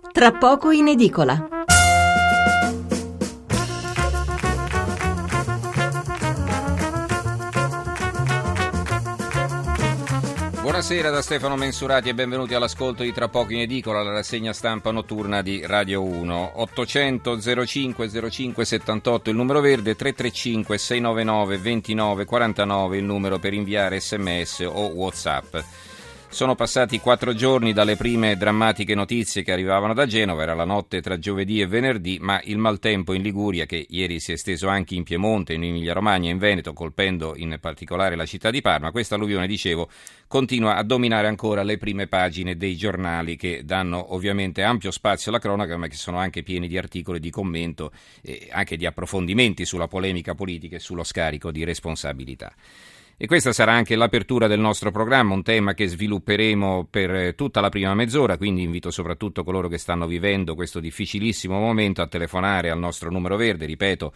Tra poco in edicola. Buonasera da Stefano Mensurati e benvenuti all'ascolto di Tra poco in edicola, la rassegna stampa notturna di Radio 1. 800 05 05 78 il numero verde, 335 699 29 49 il numero per inviare sms o WhatsApp. Sono passati 4 giorni dalle prime drammatiche notizie che arrivavano da Genova, era la notte tra giovedì e venerdì, ma il maltempo in Liguria, che ieri si è esteso anche in Piemonte, in Emilia-Romagna e in Veneto, colpendo in particolare la città di Parma, questa alluvione, dicevo, continua a dominare ancora le prime pagine dei giornali, che danno ovviamente ampio spazio alla cronaca, ma che sono anche pieni di articoli di commento e anche di approfondimenti sulla polemica politica e sullo scarico di responsabilità. E questa sarà anche l'apertura del nostro programma, un tema che svilupperemo per tutta la prima mezz'ora, quindi invito soprattutto coloro che stanno vivendo questo difficilissimo momento a telefonare al nostro numero verde, ripeto,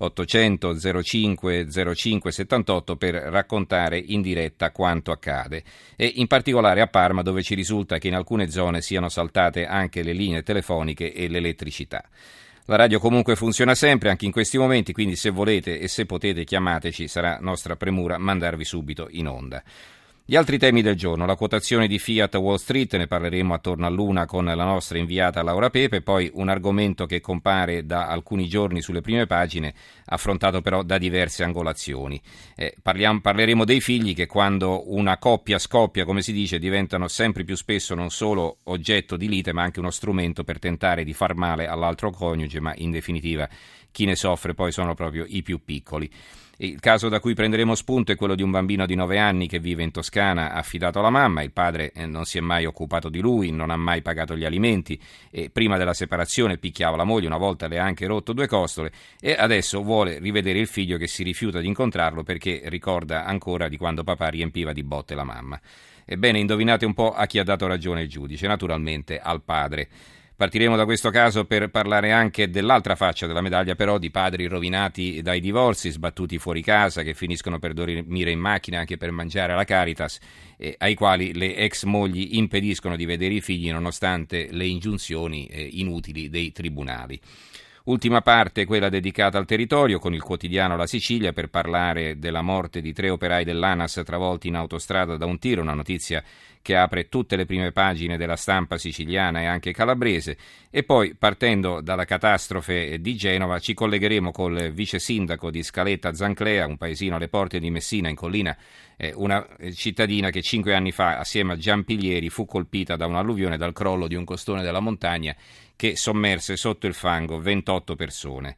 800 05 05 78 per raccontare in diretta quanto accade. E in particolare a Parma, dove ci risulta che in alcune zone siano saltate anche le linee telefoniche e l'elettricità. La radio comunque funziona sempre, anche in questi momenti, quindi se volete e se potete chiamateci, sarà nostra premura mandarvi subito in onda. Gli altri temi del giorno, la quotazione di Fiat Wall Street, ne parleremo attorno all'una con la nostra inviata Laura Pepe, poi un argomento che compare da alcuni giorni sulle prime pagine, affrontato però da diverse angolazioni. Parleremo dei figli che quando una coppia scoppia, come si dice, diventano sempre più spesso non solo oggetto di lite, ma anche uno strumento per tentare di far male all'altro coniuge, ma in definitiva chi ne soffre poi sono proprio i più piccoli. Il caso da cui prenderemo spunto è quello di un bambino di 9 anni che vive in Toscana, affidato alla mamma. Il padre non si è mai occupato di lui, non ha mai pagato gli alimenti e prima della separazione picchiava la moglie, una volta le ha anche rotto 2 costole e adesso vuole rivedere il figlio che si rifiuta di incontrarlo perché ricorda ancora di quando papà riempiva di botte la mamma. Ebbene, indovinate un po' a chi ha dato ragione il giudice, naturalmente al padre. Partiremo da questo caso per parlare anche dell'altra faccia della medaglia, però di padri rovinati dai divorzi, sbattuti fuori casa, che finiscono per dormire in macchina anche per mangiare alla Caritas, ai quali le ex mogli impediscono di vedere i figli nonostante le ingiunzioni inutili dei tribunali. Ultima parte, quella dedicata al territorio, con il quotidiano La Sicilia, per parlare della morte di 3 operai dell'ANAS travolti in autostrada da un tiro, una notizia che apre tutte le prime pagine della stampa siciliana e anche calabrese, e poi, partendo dalla catastrofe di Genova, ci collegheremo col vice sindaco di Scaletta Zanclea, un paesino alle porte di Messina, in collina, una cittadina che 5 anni fa, assieme a Giampilieri, fu colpita da un'alluvione, dal crollo di un costone della montagna che sommerse sotto il fango 28 persone.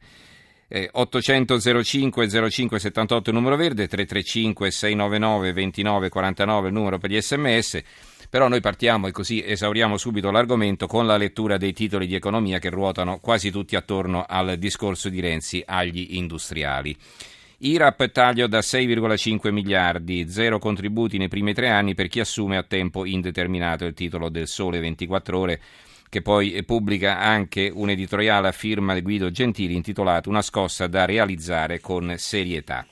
800 05 05 78 il numero verde, 335 699 29 49 il numero per gli sms. Però noi partiamo, e così esauriamo subito l'argomento, con la lettura dei titoli di economia che ruotano quasi tutti attorno al discorso di Renzi agli industriali. IRAP taglio da 6,5 miliardi, 0 contributi nei primi 3 anni per chi assume a tempo indeterminato, il titolo del Sole 24 Ore, che poi pubblica anche un editoriale a firma di Guido Gentili intitolato Una scossa da realizzare con serietà.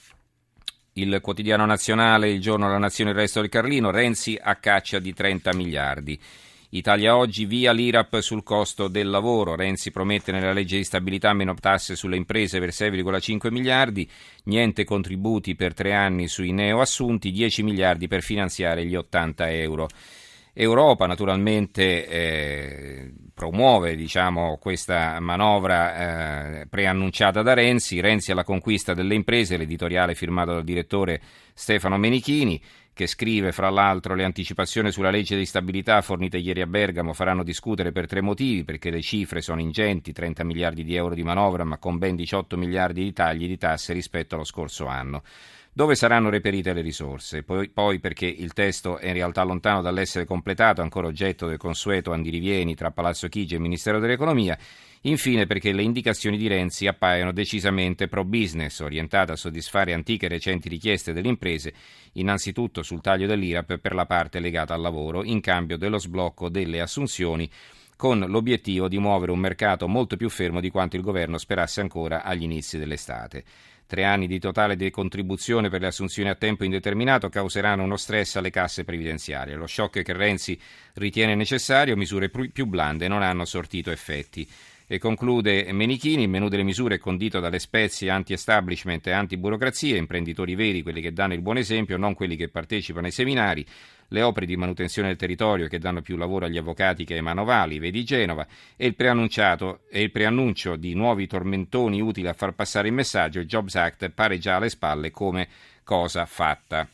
Il quotidiano nazionale, Il Giorno, La Nazione, Il Resto del Carlino, Renzi a caccia di 30 miliardi. Italia Oggi, via l'IRAP sul costo del lavoro. Renzi promette nella legge di stabilità meno tasse sulle imprese per 6,5 miliardi, niente contributi per 3 anni sui neoassunti, 10 miliardi per finanziare gli 80 euro. Europa naturalmente promuove questa manovra preannunciata da Renzi alla conquista delle imprese, l'editoriale firmato dal direttore Stefano Menichini, che scrive fra l'altro: le anticipazioni sulla legge di stabilità fornite ieri a Bergamo faranno discutere per 3 motivi, perché le cifre sono ingenti, 30 miliardi di euro di manovra ma con ben 18 miliardi di tagli di tasse rispetto allo scorso anno. Dove saranno reperite le risorse? Poi perché il testo è in realtà lontano dall'essere completato, ancora oggetto del consueto andirivieni tra Palazzo Chigi e Ministero dell'Economia. Infine perché le indicazioni di Renzi appaiono decisamente pro-business, orientate a soddisfare antiche e recenti richieste delle imprese, innanzitutto sul taglio dell'IRAP per la parte legata al lavoro, in cambio dello sblocco delle assunzioni, con l'obiettivo di muovere un mercato molto più fermo di quanto il governo sperasse ancora agli inizi dell'estate. 3 anni di totale decontribuzione per le assunzioni a tempo indeterminato causeranno uno stress alle casse previdenziali. Lo shock che Renzi ritiene necessario, misure più blande non hanno sortito effetti. E conclude Menichini: il menù delle misure è condito dalle spezie anti-establishment e anti-burocrazia, imprenditori veri, quelli che danno il buon esempio, non quelli che partecipano ai seminari, le opere di manutenzione del territorio che danno più lavoro agli avvocati che ai manovali, vedi Genova, e il preannuncio di nuovi tormentoni utili a far passare il messaggio. Il Jobs Act pare già alle spalle come cosa fatta.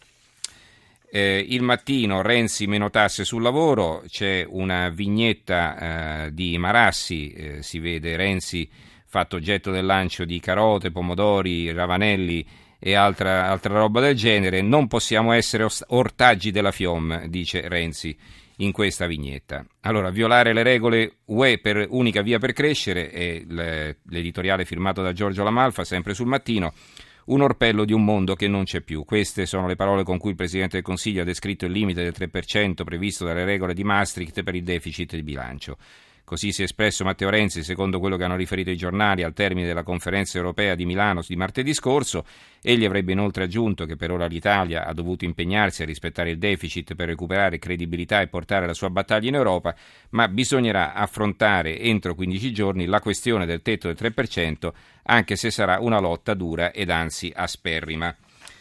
Il Mattino: Renzi meno tasse sul lavoro, c'è una vignetta di Marassi, si vede Renzi fatto oggetto del lancio di carote, pomodori, ravanelli e altra roba del genere. Non possiamo essere ortaggi della FIOM, dice Renzi in questa vignetta. Allora, violare le regole UE per unica via per crescere, è l'editoriale firmato da Giorgio Lamalfa, sempre sul Mattino. Un orpello di un mondo che non c'è più. Queste sono le parole con cui il Presidente del Consiglio ha descritto il limite del 3% previsto dalle regole di Maastricht per il deficit di bilancio. Così si è espresso Matteo Renzi, secondo quello che hanno riferito i giornali, al termine della conferenza europea di Milano di martedì scorso. Egli avrebbe inoltre aggiunto che per ora l'Italia ha dovuto impegnarsi a rispettare il deficit per recuperare credibilità e portare la sua battaglia in Europa, ma bisognerà affrontare entro 15 giorni la questione del tetto del 3%, anche se sarà una lotta dura ed anzi asperrima.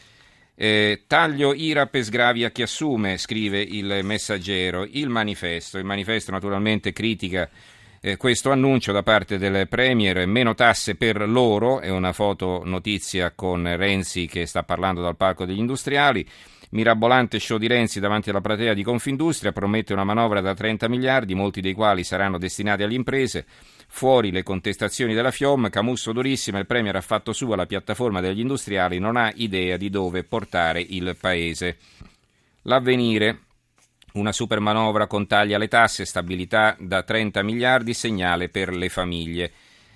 Taglio IRAP e sgravi a chi assume, scrive il Messaggero. Il manifesto naturalmente critica questo annuncio da parte del Premier: meno tasse per loro, è una foto notizia con Renzi che sta parlando dal palco degli industriali. Mirabolante show di Renzi davanti alla platea di Confindustria, promette una manovra da 30 miliardi, molti dei quali saranno destinati alle imprese. Fuori le contestazioni della FIOM, Camusso durissima, il Premier ha fatto sua la piattaforma degli industriali, non ha idea di dove portare il Paese. L'Avvenire: una supermanovra con tagli alle tasse, stabilità da 30 miliardi, segnale per le famiglie.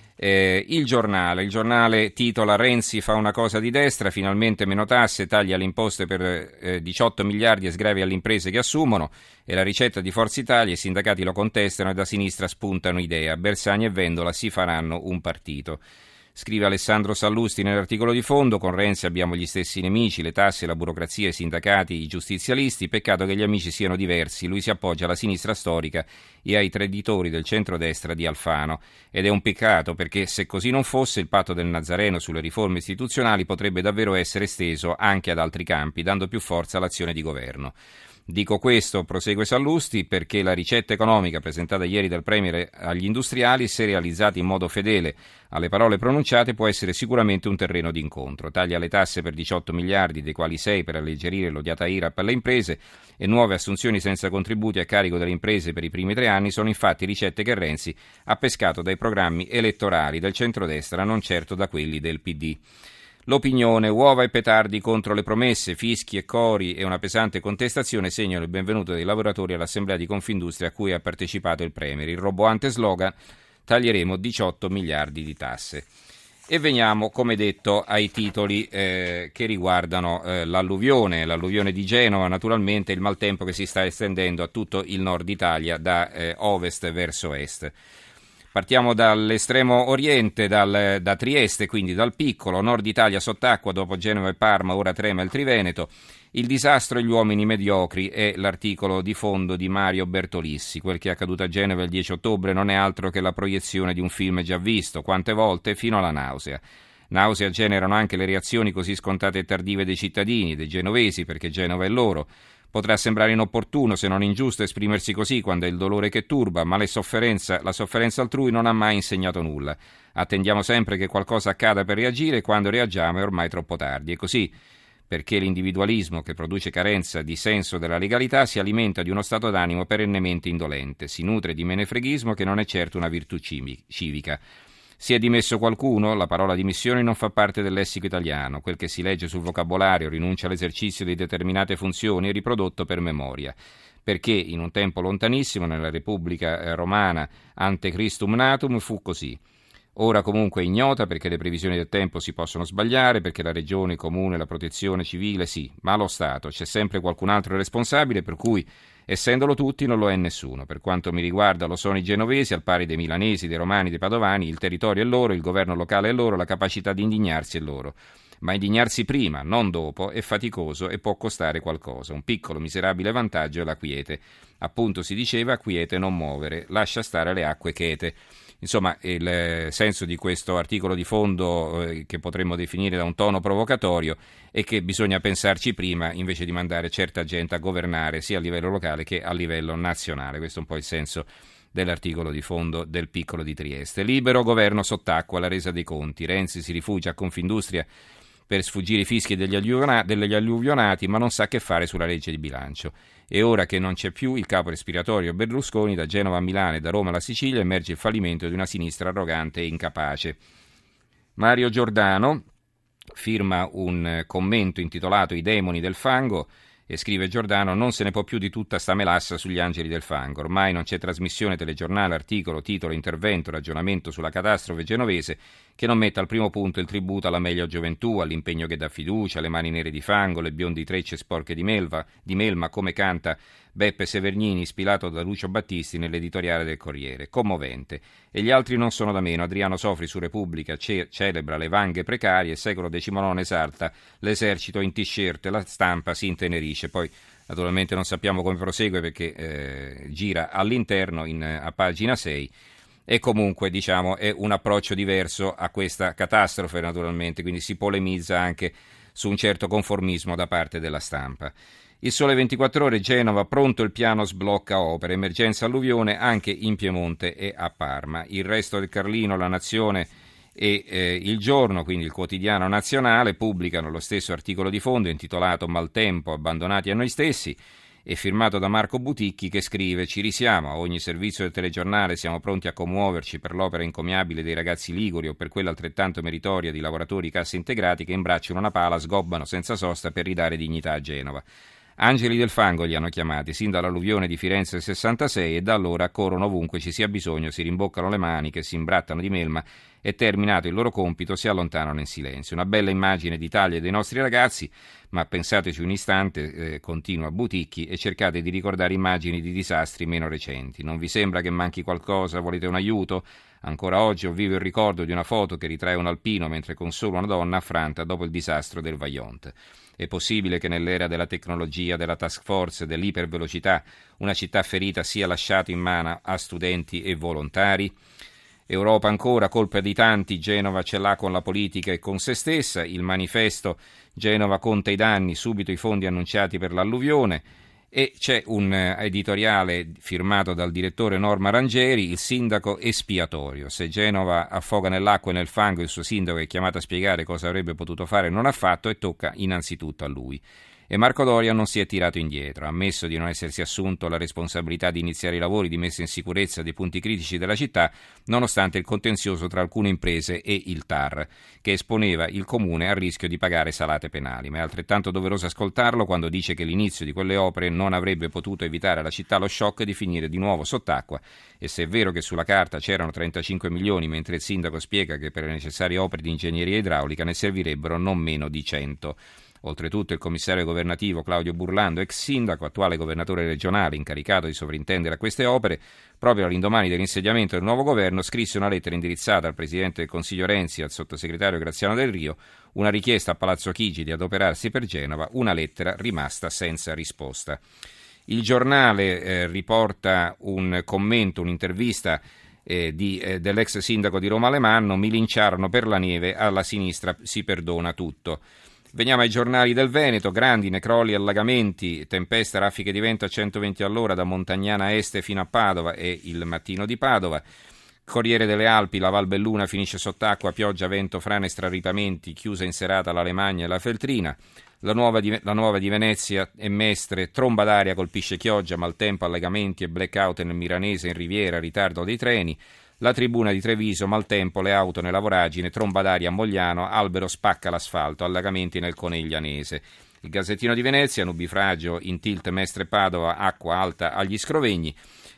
Il giornale titola: Renzi fa una cosa di destra, finalmente meno tasse, tagli alle imposte per 18 miliardi e sgravi alle imprese che assumono. È la ricetta di Forza Italia, i sindacati lo contestano e da sinistra spuntano idea. Bersani e Vendola si faranno un partito. Scrive Alessandro Sallusti nell'articolo di fondo: con Renzi abbiamo gli stessi nemici, le tasse, la burocrazia, i sindacati, i giustizialisti, peccato che gli amici siano diversi, lui si appoggia alla sinistra storica e ai traditori del centrodestra di Alfano. Ed è un peccato, perché se così non fosse il patto del Nazareno sulle riforme istituzionali potrebbe davvero essere esteso anche ad altri campi, dando più forza all'azione di governo. Dico questo, prosegue Sallusti, perché la ricetta economica presentata ieri dal Premier agli industriali, se realizzata in modo fedele alle parole pronunciate, può essere sicuramente un terreno d'incontro. Taglia le tasse per 18 miliardi, dei quali 6 per alleggerire l'odiata IRAP alle imprese, e nuove assunzioni senza contributi a carico delle imprese per i primi 3 anni sono infatti ricette che Renzi ha pescato dai programmi elettorali del centrodestra, non certo da quelli del PD. L'Opinione: uova e petardi contro le promesse, fischi e cori e una pesante contestazione segnano il benvenuto dei lavoratori all'assemblea di Confindustria a cui ha partecipato il Premier. Il roboante slogan: taglieremo 18 miliardi di tasse. E veniamo, come detto, ai titoli che riguardano l'alluvione di Genova, naturalmente il maltempo che si sta estendendo a tutto il nord Italia da ovest verso est. Partiamo dall'estremo oriente, da Trieste, quindi dal piccolo Nord Italia sott'acqua, dopo Genova e Parma, ora trema il Triveneto. Il disastro e gli uomini mediocri è l'articolo di fondo di Mario Bertolissi. Quel che è accaduto a Genova il 10 ottobre non è altro che la proiezione di un film già visto, quante volte, fino alla nausea. Nausea generano anche le reazioni così scontate e tardive dei cittadini, dei genovesi, perché Genova è loro. Potrà sembrare inopportuno, se non ingiusto, esprimersi così quando è il dolore che turba, ma la sofferenza altrui non ha mai insegnato nulla. Attendiamo sempre che qualcosa accada per reagire e quando reagiamo è ormai troppo tardi. E così, perché l'individualismo che produce carenza di senso della legalità si alimenta di uno stato d'animo perennemente indolente, si nutre di menefreghismo che non è certo una virtù civica. Si è dimesso qualcuno? La parola dimissioni non fa parte del lessico italiano. Quel che si legge sul vocabolario, rinuncia all'esercizio di determinate funzioni, è riprodotto per memoria. Perché in un tempo lontanissimo, nella Repubblica Romana ante Christum natum, fu così. Ora comunque è ignota, perché le previsioni del tempo si possono sbagliare, perché la regione, il comune, la protezione civile sì, ma lo Stato c'è sempre qualcun altro responsabile, per cui essendolo tutti non lo è nessuno. Per quanto mi riguarda lo sono i genovesi, al pari dei milanesi, dei romani, dei padovani, il territorio è loro, il governo locale è loro, la capacità di indignarsi è loro. ma indignarsi prima, non dopo, è faticoso e può costare qualcosa. Un piccolo miserabile vantaggio è la quiete. Appunto si diceva quiete non muovere, lascia stare le acque chete. Insomma, il senso di questo articolo di fondo, che potremmo definire da un tono provocatorio, è che bisogna pensarci prima invece di mandare certa gente a governare sia a livello locale che a livello nazionale. Questo è un po' il senso dell'articolo di fondo del Piccolo di Trieste. Libero governo sott'acqua, la resa dei conti. Renzi si rifugia a Confindustria per sfuggire i fischi degli alluvionati, ma non sa che fare sulla legge di bilancio. E ora che non c'è più il capo respiratorio Berlusconi, da Genova a Milano e da Roma alla Sicilia emerge il fallimento di una sinistra arrogante e incapace. Mario Giordano firma un commento intitolato I demoni del fango e scrive Giordano: non se ne può più di tutta sta melassa sugli angeli del fango. Ormai non c'è trasmissione, telegiornale, articolo, titolo, intervento, ragionamento sulla catastrofe genovese che non metta al primo punto il tributo alla meglio gioventù, all'impegno che dà fiducia, alle mani nere di fango, le biondi trecce sporche di melma, come canta Beppe Severnini, ispirato da Lucio Battisti nell'editoriale del Corriere. Commovente. E gli altri non sono da meno. Adriano Sofri su Repubblica celebra le vanghe precarie, secolo XIX esalta l'esercito in t-shirt, la Stampa si intenerisce. Poi naturalmente non sappiamo come prosegue perché gira all'interno a pagina 6. E comunque, diciamo, è un approccio diverso a questa catastrofe, naturalmente, quindi si polemizza anche su un certo conformismo da parte della Stampa. Il Sole 24 Ore, Genova, pronto il piano sblocca opere, emergenza alluvione anche in Piemonte e a Parma. Il Resto del Carlino, La Nazione e Il Giorno, quindi il quotidiano nazionale, pubblicano lo stesso articolo di fondo intitolato Maltempo, abbandonati a noi stessi, e firmato da Marco Buticchi, che scrive: ci risiamo, a ogni servizio del telegiornale siamo pronti a commuoverci per l'opera incommiabile dei ragazzi liguri o per quella altrettanto meritoria di lavoratori cassa integrati che imbracciano una pala, sgobbano senza sosta per ridare dignità a Genova. Angeli del fango li hanno chiamati, sin dall'alluvione di Firenze del 66, e da allora corrono ovunque ci sia bisogno, si rimboccano le maniche, si imbrattano di melma e, terminato il loro compito, si allontanano in silenzio. Una bella immagine d'Italia e dei nostri ragazzi, ma pensateci un istante, continua Buticchi, e cercate di ricordare immagini di disastri meno recenti. Non vi sembra che manchi qualcosa? Volete un aiuto? Ancora oggi ho vivo il ricordo di una foto che ritrae un alpino mentre consola una donna affranta dopo il disastro del Vajont. È possibile che nell'era della tecnologia, della task force, dell'ipervelocità, una città ferita sia lasciata in mano a studenti e volontari? Europa ancora, colpa di tanti, Genova ce l'ha con la politica e con se stessa. Il Manifesto, Genova conta i danni, subito i fondi annunciati per l'alluvione. E c'è un editoriale firmato dal direttore Norma Rangieri, il sindaco espiatorio. Se Genova affoga nell'acqua e nel fango, il suo sindaco è chiamato a spiegare cosa avrebbe potuto fare e non ha fatto, e tocca innanzitutto a lui. E Marco Doria non si è tirato indietro, ha ammesso di non essersi assunto la responsabilità di iniziare i lavori di messa in sicurezza dei punti critici della città, nonostante il contenzioso tra alcune imprese e il TAR, che esponeva il comune al rischio di pagare salate penali. Ma è altrettanto doveroso ascoltarlo quando dice che l'inizio di quelle opere non avrebbe potuto evitare alla città lo shock di finire di nuovo sott'acqua, e se è vero che sulla carta c'erano 35 milioni, mentre il sindaco spiega che per le necessarie opere di ingegneria idraulica ne servirebbero non meno di 100. Oltretutto il commissario governativo Claudio Burlando, ex sindaco, attuale governatore regionale incaricato di sovrintendere a queste opere, proprio all'indomani dell'insediamento del nuovo governo, scrisse una lettera indirizzata al presidente del Consiglio Renzi e al sottosegretario Graziano Del Rio, una richiesta a Palazzo Chigi di adoperarsi per Genova, una lettera rimasta senza risposta. Il giornale riporta un commento, un'intervista dell'ex sindaco di Roma Alemanno: mi linciarono per la neve, alla sinistra si perdona tutto. Veniamo ai giornali del Veneto: grandine, crolli, allagamenti, tempesta, raffiche di vento a 120 all'ora da Montagnana Este fino a Padova e il Mattino di Padova. Corriere delle Alpi, la Val Belluna finisce sott'acqua, pioggia, vento, frane, straripamenti, chiusa in serata la Lemagna e la Feltrina. La nuova di Venezia e Mestre, tromba d'aria colpisce Chioggia, maltempo, allagamenti e blackout nel Miranese, in Riviera, ritardo dei treni. La Tribuna di Treviso, maltempo, le auto nella voragine, tromba d'aria a Mogliano, albero spacca l'asfalto, allagamenti nel Coneglianese. Il Gazzettino di Venezia, nubifragio in tilt Mestre Padova, acqua alta agli Scrovegni.